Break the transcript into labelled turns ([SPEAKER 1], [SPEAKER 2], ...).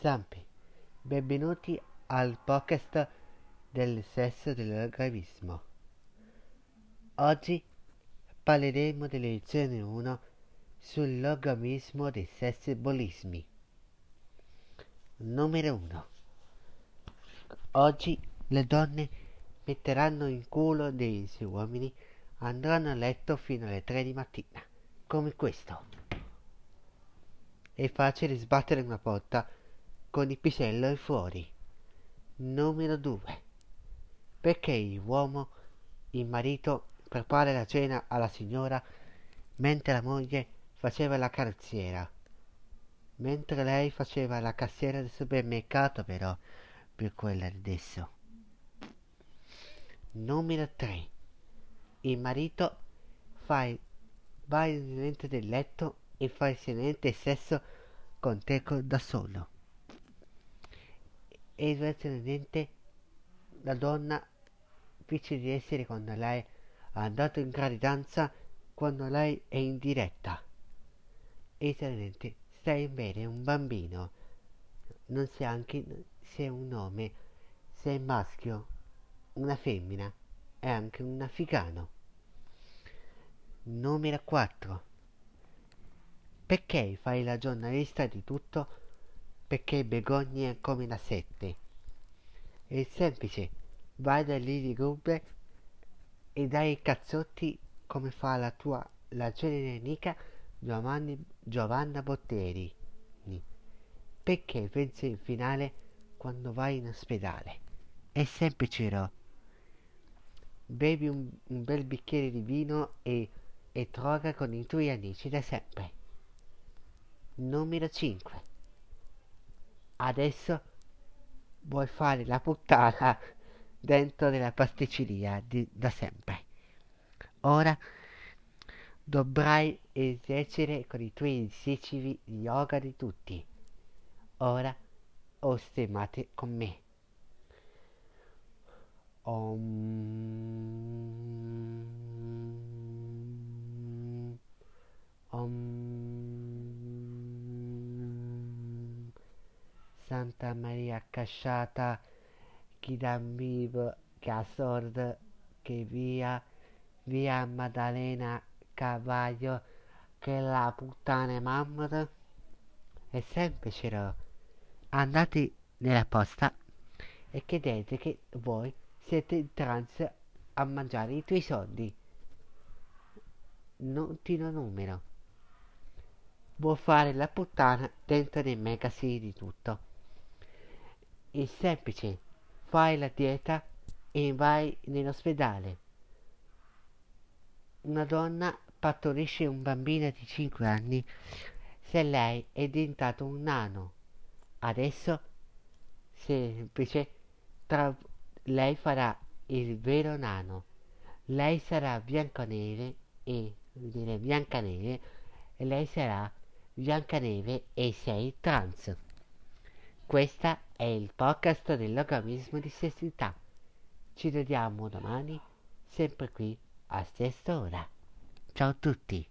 [SPEAKER 1] Zampi, benvenuti al podcast del sesso e dell'organismo. Oggi parleremo della lezione 1 sull'organismo dei sessi e bolismi. Numero 1. Oggi le donne metteranno in culo dei suoi uomini, andranno a letto fino alle 3 di mattina, come questo. È facile sbattere una porta con il pisello fuori. Numero 2. Perché il marito, prepara la cena alla signora mentre la moglie faceva la carrozziera, mentre lei faceva la cassiera del supermercato, però, per quella di adesso. Numero 3. Il marito va dentro del letto e fa il silente sesso con te da solo. E diversamente la donna dice di essere quando lei è andato in gravidanza, quando lei è in diretta. E silente stai bene un bambino, non sa anche se è un nome, se è maschio, una femmina, è anche un africano. Numero 4. Perché fai la giornalista di tutto? Perché begogni come la 7. È semplice, vai da lì di Gubbe e dai i cazzotti come fa la giovane amica Giovanna Botteri. Perché pensi in finale quando vai in ospedale? È semplice, no? Bevi un bel bicchiere di vino e droga con i tuoi amici da sempre. Numero 5. Adesso vuoi fare la puttana dentro della pasticceria da sempre. Ora dovrai esercere con i tuoi esercizi di yoga di tutti. Ora ostemate con me. Om. Santa Maria Casciata, chi da vivo, che a sorda, che via Maddalena Cavaglio, che la puttana mamma. È semplice, no? Andate nella posta e chiedete che voi siete in trance a mangiare i tuoi soldi. Non ti do numero. Vuoi fare la puttana dentro dei magazine di tutto. È semplice, fai la dieta e vai nell'ospedale. Una donna partorisce un bambino di 5 anni se lei è diventato un nano. Adesso, semplice, lei farà il vero nano. Lei sarà Biancaneve e lei sarà Biancaneve e sei trans. Questo è il podcast dell'organismo di sessità. Ci vediamo domani, sempre qui a stessa ora. Ciao a tutti.